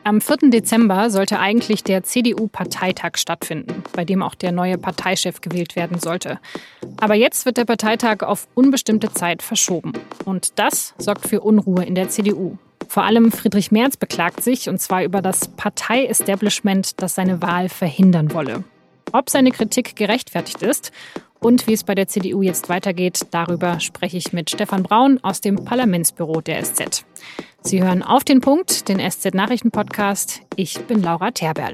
Am 4. Dezember sollte eigentlich der CDU-Parteitag stattfinden, bei dem auch der neue Parteichef gewählt werden sollte. Aber jetzt wird der Parteitag auf unbestimmte Zeit verschoben. Und das sorgt für Unruhe in der CDU. Vor allem Friedrich Merz beklagt sich, und zwar über das Partei-Establishment, das seine Wahl verhindern wolle. Ob seine Kritik gerechtfertigt ist und wie es bei der CDU jetzt weitergeht, darüber spreche ich mit Stefan Braun aus dem Parlamentsbüro der SZ. Sie hören Auf den Punkt, den SZ-Nachrichten-Podcast. Ich bin Laura Terberl.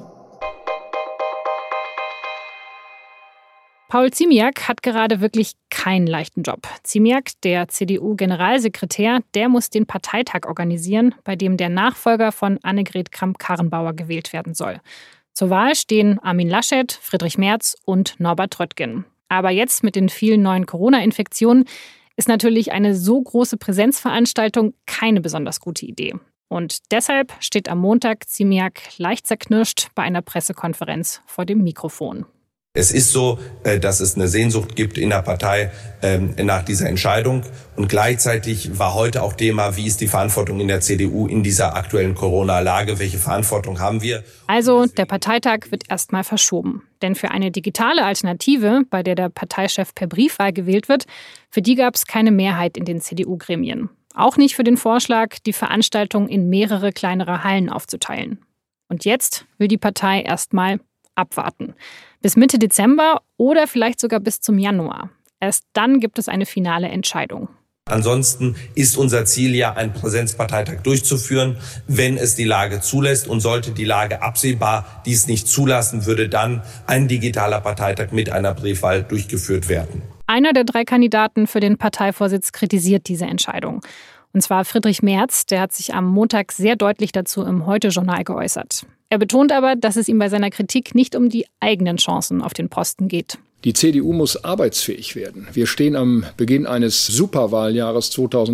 Paul Ziemiak hat gerade wirklich keinen leichten Job. Ziemiak, der CDU-Generalsekretär, der muss den Parteitag organisieren, bei dem der Nachfolger von Annegret Kramp-Karrenbauer gewählt werden soll. Zur Wahl stehen Armin Laschet, Friedrich Merz und Norbert Röttgen. Aber jetzt mit den vielen neuen Corona-Infektionen ist natürlich eine so große Präsenzveranstaltung keine besonders gute Idee. Und deshalb steht am Montag Ziemiak leicht zerknirscht bei einer Pressekonferenz vor dem Mikrofon. Es ist so, dass es eine Sehnsucht gibt in der Partei nach dieser Entscheidung. Und gleichzeitig war heute auch Thema, wie ist die Verantwortung in der CDU in dieser aktuellen Corona-Lage? Welche Verantwortung haben wir? Also der Parteitag wird erstmal verschoben. Denn für eine digitale Alternative, bei der der Parteichef per Briefwahl gewählt wird, für die gab es keine Mehrheit in den CDU-Gremien. Auch nicht für den Vorschlag, die Veranstaltung in mehrere kleinere Hallen aufzuteilen. Und jetzt will die Partei erstmal abwarten. Bis Mitte Dezember oder vielleicht sogar bis zum Januar. Erst dann gibt es eine finale Entscheidung. Ansonsten ist unser Ziel ja, einen Präsenzparteitag durchzuführen, wenn es die Lage zulässt. Und sollte die Lage absehbar dies nicht zulassen, würde dann ein digitaler Parteitag mit einer Briefwahl durchgeführt werden. Einer der 3 Kandidaten für den Parteivorsitz kritisiert diese Entscheidung. Und zwar Friedrich Merz, der hat sich am Montag sehr deutlich dazu im Heute-Journal geäußert. Er betont aber, dass es ihm bei seiner Kritik nicht um die eigenen Chancen auf den Posten geht. Die CDU muss arbeitsfähig werden. Wir stehen am Beginn eines Superwahljahres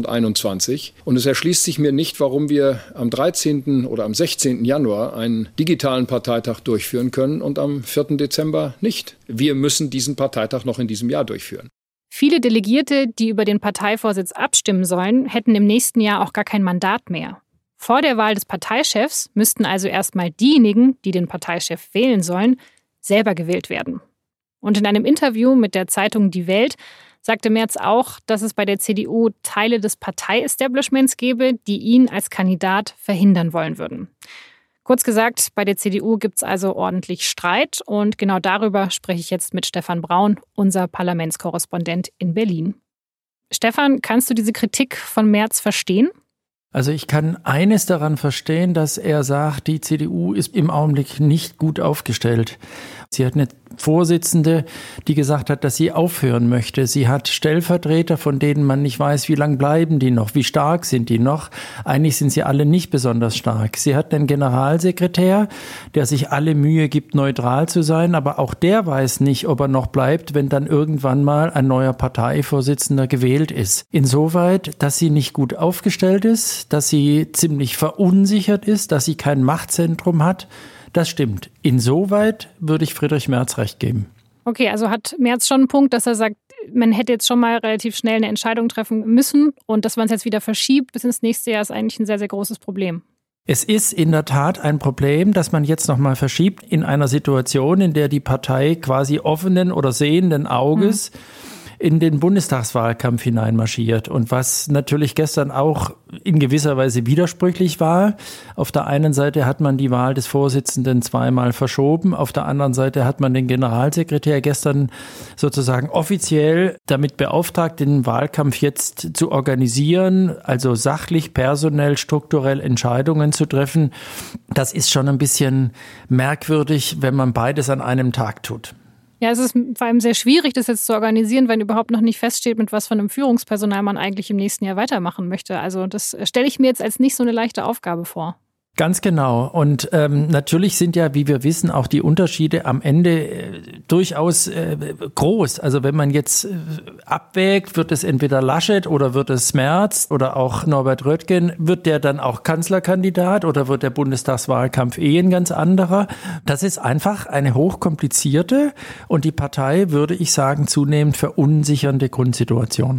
2021 und es erschließt sich mir nicht, warum wir am 13. oder am 16. Januar einen digitalen Parteitag durchführen können und am 4. Dezember nicht. Wir müssen diesen Parteitag noch in diesem Jahr durchführen. Viele Delegierte, die über den Parteivorsitz abstimmen sollen, hätten im nächsten Jahr auch gar kein Mandat mehr. Vor der Wahl des Parteichefs müssten also erstmal diejenigen, die den Parteichef wählen sollen, selber gewählt werden. Und in einem Interview mit der Zeitung Die Welt sagte Merz auch, dass es bei der CDU Teile des Partei-Establishments gäbe, die ihn als Kandidat verhindern wollen würden. Kurz gesagt, bei der CDU gibt es also ordentlich Streit und genau darüber spreche ich jetzt mit Stefan Braun, unser Parlamentskorrespondent in Berlin. Stefan, kannst du diese Kritik von Merz verstehen? Also ich kann eines daran verstehen, dass er sagt, die CDU ist im Augenblick nicht gut aufgestellt. Sie hat eine Vorsitzende, die gesagt hat, dass sie aufhören möchte. Sie hat Stellvertreter, von denen man nicht weiß, wie lang bleiben die noch, wie stark sind die noch. Eigentlich sind sie alle nicht besonders stark. Sie hat einen Generalsekretär, der sich alle Mühe gibt, neutral zu sein, aber auch der weiß nicht, ob er noch bleibt, wenn dann irgendwann mal ein neuer Parteivorsitzender gewählt ist. Insoweit, dass sie nicht gut aufgestellt ist, dass sie ziemlich verunsichert ist, dass sie kein Machtzentrum hat, das stimmt. Insoweit würde ich Friedrich Merz recht geben. Okay, also hat Merz schon einen Punkt, dass er sagt, man hätte jetzt schon mal relativ schnell eine Entscheidung treffen müssen und dass man es jetzt wieder verschiebt bis ins nächste Jahr ist eigentlich ein sehr, sehr großes Problem. Es ist in der Tat ein Problem, dass man jetzt nochmal verschiebt in einer Situation, in der die Partei quasi offenen oder sehenden Auges in den Bundestagswahlkampf hineinmarschiert. Und was natürlich gestern auch in gewisser Weise widersprüchlich war. Auf der einen Seite hat man die Wahl des Vorsitzenden zweimal verschoben. Auf der anderen Seite hat man den Generalsekretär gestern sozusagen offiziell damit beauftragt, den Wahlkampf jetzt zu organisieren, also sachlich, personell, strukturell Entscheidungen zu treffen. Das ist schon ein bisschen merkwürdig, wenn man beides an einem Tag tut. Ja, es ist vor allem sehr schwierig, das jetzt zu organisieren, wenn überhaupt noch nicht feststeht, mit was von einem Führungspersonal man eigentlich im nächsten Jahr weitermachen möchte. Also das stelle ich mir jetzt als nicht so eine leichte Aufgabe vor. Ganz genau. Und natürlich sind ja, wie wir wissen, auch die Unterschiede am Ende durchaus groß. Also wenn man jetzt abwägt, wird es entweder Laschet oder wird es Merz oder auch Norbert Röttgen, wird der dann auch Kanzlerkandidat oder wird der Bundestagswahlkampf ein ganz anderer? Das ist einfach eine hochkomplizierte und die Partei, würde ich sagen, zunehmend verunsichernde Grundsituation.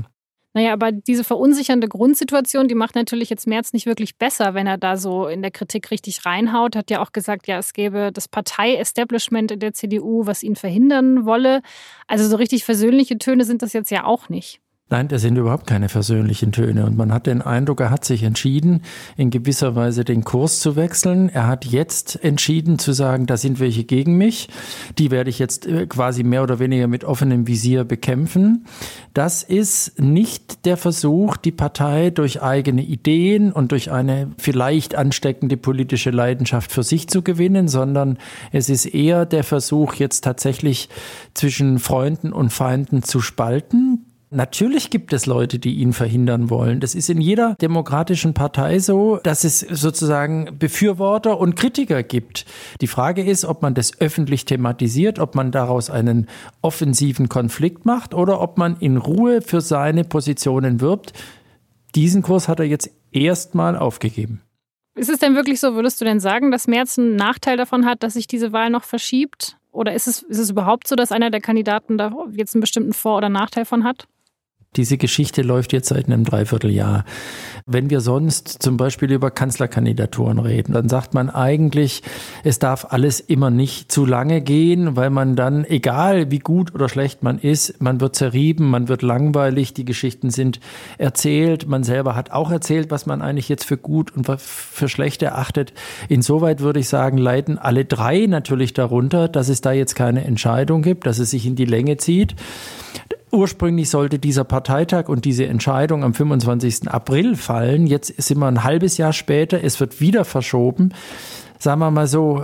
Naja, aber diese verunsichernde Grundsituation, die macht natürlich jetzt Merz nicht wirklich besser, wenn er da so in der Kritik richtig reinhaut. Hat ja auch gesagt, ja, es gäbe das Partei-Establishment in der CDU, was ihn verhindern wolle. Also so richtig versöhnliche Töne sind das jetzt ja auch nicht. Nein, das sind überhaupt keine versöhnlichen Töne. Und man hat den Eindruck, er hat sich entschieden, in gewisser Weise den Kurs zu wechseln. Er hat jetzt entschieden zu sagen, da sind welche gegen mich. Die werde ich jetzt quasi mehr oder weniger mit offenem Visier bekämpfen. Das ist nicht der Versuch, die Partei durch eigene Ideen und durch eine vielleicht ansteckende politische Leidenschaft für sich zu gewinnen, sondern es ist eher der Versuch, jetzt tatsächlich zwischen Freunden und Feinden zu spalten. Natürlich gibt es Leute, die ihn verhindern wollen. Das ist in jeder demokratischen Partei so, dass es sozusagen Befürworter und Kritiker gibt. Die Frage ist, ob man das öffentlich thematisiert, ob man daraus einen offensiven Konflikt macht oder ob man in Ruhe für seine Positionen wirbt. Diesen Kurs hat er jetzt erstmal aufgegeben. Ist es denn wirklich so, würdest du denn sagen, dass Merz einen Nachteil davon hat, dass sich diese Wahl noch verschiebt? Oder ist es überhaupt so, dass einer der Kandidaten da jetzt einen bestimmten Vor- oder Nachteil von hat? Diese Geschichte läuft jetzt seit einem Dreivierteljahr. Wenn wir sonst zum Beispiel über Kanzlerkandidaturen reden, dann sagt man eigentlich, es darf alles immer nicht zu lange gehen, weil man dann, egal wie gut oder schlecht man ist, man wird zerrieben, man wird langweilig, die Geschichten sind erzählt, man selber hat auch erzählt, was man eigentlich jetzt für gut und für schlecht erachtet. Insoweit würde ich sagen, leiden alle drei natürlich darunter, dass es da jetzt keine Entscheidung gibt, dass es sich in die Länge zieht. Ursprünglich sollte dieser Parteitag und diese Entscheidung am 25. April fallen. Jetzt sind wir ein halbes Jahr später. Es wird wieder verschoben. Sagen wir mal so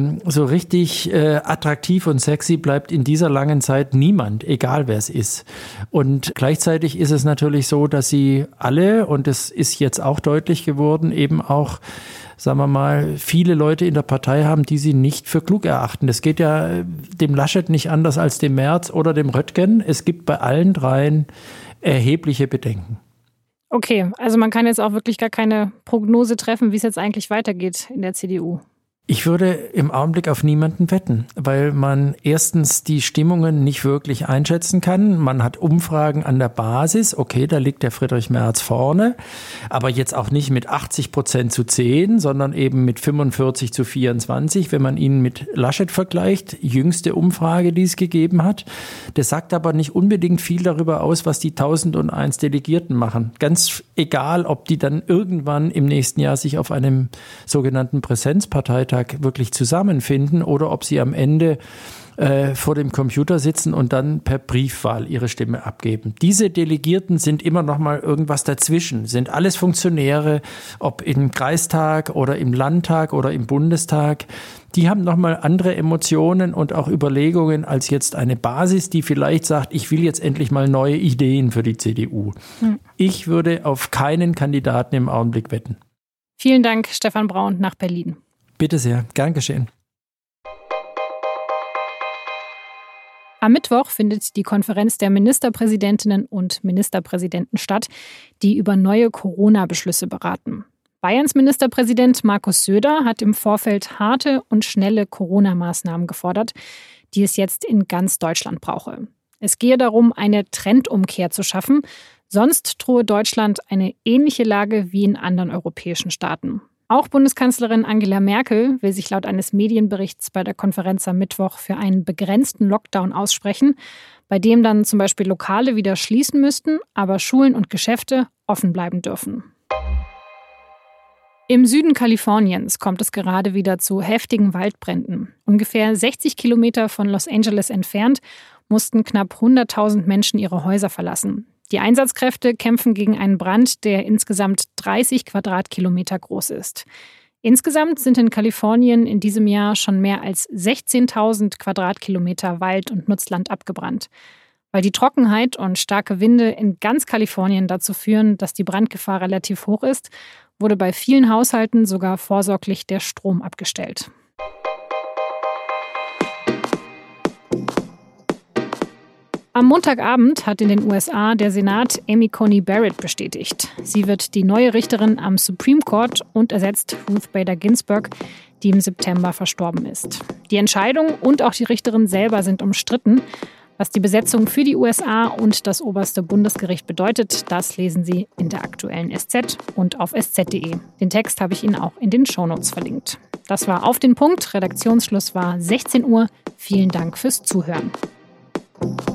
richtig attraktiv und sexy bleibt in dieser langen Zeit niemand, egal wer es ist. Und gleichzeitig ist es natürlich so, dass sie alle, und es ist jetzt auch deutlich geworden, eben auch, sagen wir mal, viele Leute in der Partei haben, die sie nicht für klug erachten. Das geht ja dem Laschet nicht anders als dem Merz oder dem Röttgen. Es gibt bei allen dreien erhebliche Bedenken. Okay, also man kann jetzt auch wirklich gar keine Prognose treffen, wie es jetzt eigentlich weitergeht in der CDU. Ich würde im Augenblick auf niemanden wetten, weil man erstens die Stimmungen nicht wirklich einschätzen kann. Man hat Umfragen an der Basis. Okay, da liegt der Friedrich Merz vorne, aber jetzt auch nicht mit 80% zu 10, sondern eben mit 45-24, wenn man ihn mit Laschet vergleicht. Jüngste Umfrage, die es gegeben hat. Das sagt aber nicht unbedingt viel darüber aus, was die 1001 Delegierten machen. Ganz egal, ob die dann irgendwann im nächsten Jahr sich auf einem sogenannten Präsenzparteitag wirklich zusammenfinden oder ob sie am Ende vor dem Computer sitzen und dann per Briefwahl ihre Stimme abgeben. Diese Delegierten sind immer noch mal irgendwas dazwischen, sind alles Funktionäre, ob im Kreistag oder im Landtag oder im Bundestag. Die haben noch mal andere Emotionen und auch Überlegungen als jetzt eine Basis, die vielleicht sagt, ich will jetzt endlich mal neue Ideen für die CDU. Ich würde auf keinen Kandidaten im Augenblick wetten. Vielen Dank, Stefan Braun, nach Berlin. Bitte sehr, gern geschehen. Am Mittwoch findet die Konferenz der Ministerpräsidentinnen und Ministerpräsidenten statt, die über neue Corona-Beschlüsse beraten. Bayerns Ministerpräsident Markus Söder hat im Vorfeld harte und schnelle Corona-Maßnahmen gefordert, die es jetzt in ganz Deutschland brauche. Es gehe darum, eine Trendumkehr zu schaffen, sonst drohe Deutschland eine ähnliche Lage wie in anderen europäischen Staaten. Auch Bundeskanzlerin Angela Merkel will sich laut eines Medienberichts bei der Konferenz am Mittwoch für einen begrenzten Lockdown aussprechen, bei dem dann zum Beispiel Lokale wieder schließen müssten, aber Schulen und Geschäfte offen bleiben dürfen. Im Süden Kaliforniens kommt es gerade wieder zu heftigen Waldbränden. Ungefähr 60 Kilometer von Los Angeles entfernt mussten knapp 100.000 Menschen ihre Häuser verlassen. Die Einsatzkräfte kämpfen gegen einen Brand, der insgesamt 30 Quadratkilometer groß ist. Insgesamt sind in Kalifornien in diesem Jahr schon mehr als 16.000 Quadratkilometer Wald und Nutzland abgebrannt. Weil die Trockenheit und starke Winde in ganz Kalifornien dazu führen, dass die Brandgefahr relativ hoch ist, wurde bei vielen Haushalten sogar vorsorglich der Strom abgestellt. Am Montagabend hat in den USA der Senat Amy Coney Barrett bestätigt. Sie wird die neue Richterin am Supreme Court und ersetzt Ruth Bader Ginsburg, die im September verstorben ist. Die Entscheidung und auch die Richterin selber sind umstritten, Was die Besetzung für die USA und das oberste Bundesgericht bedeutet, das lesen Sie in der aktuellen SZ und auf sz.de. Den Text habe ich Ihnen auch in den Shownotes verlinkt. Das war Auf den Punkt. Redaktionsschluss war 16 Uhr. Vielen Dank fürs Zuhören.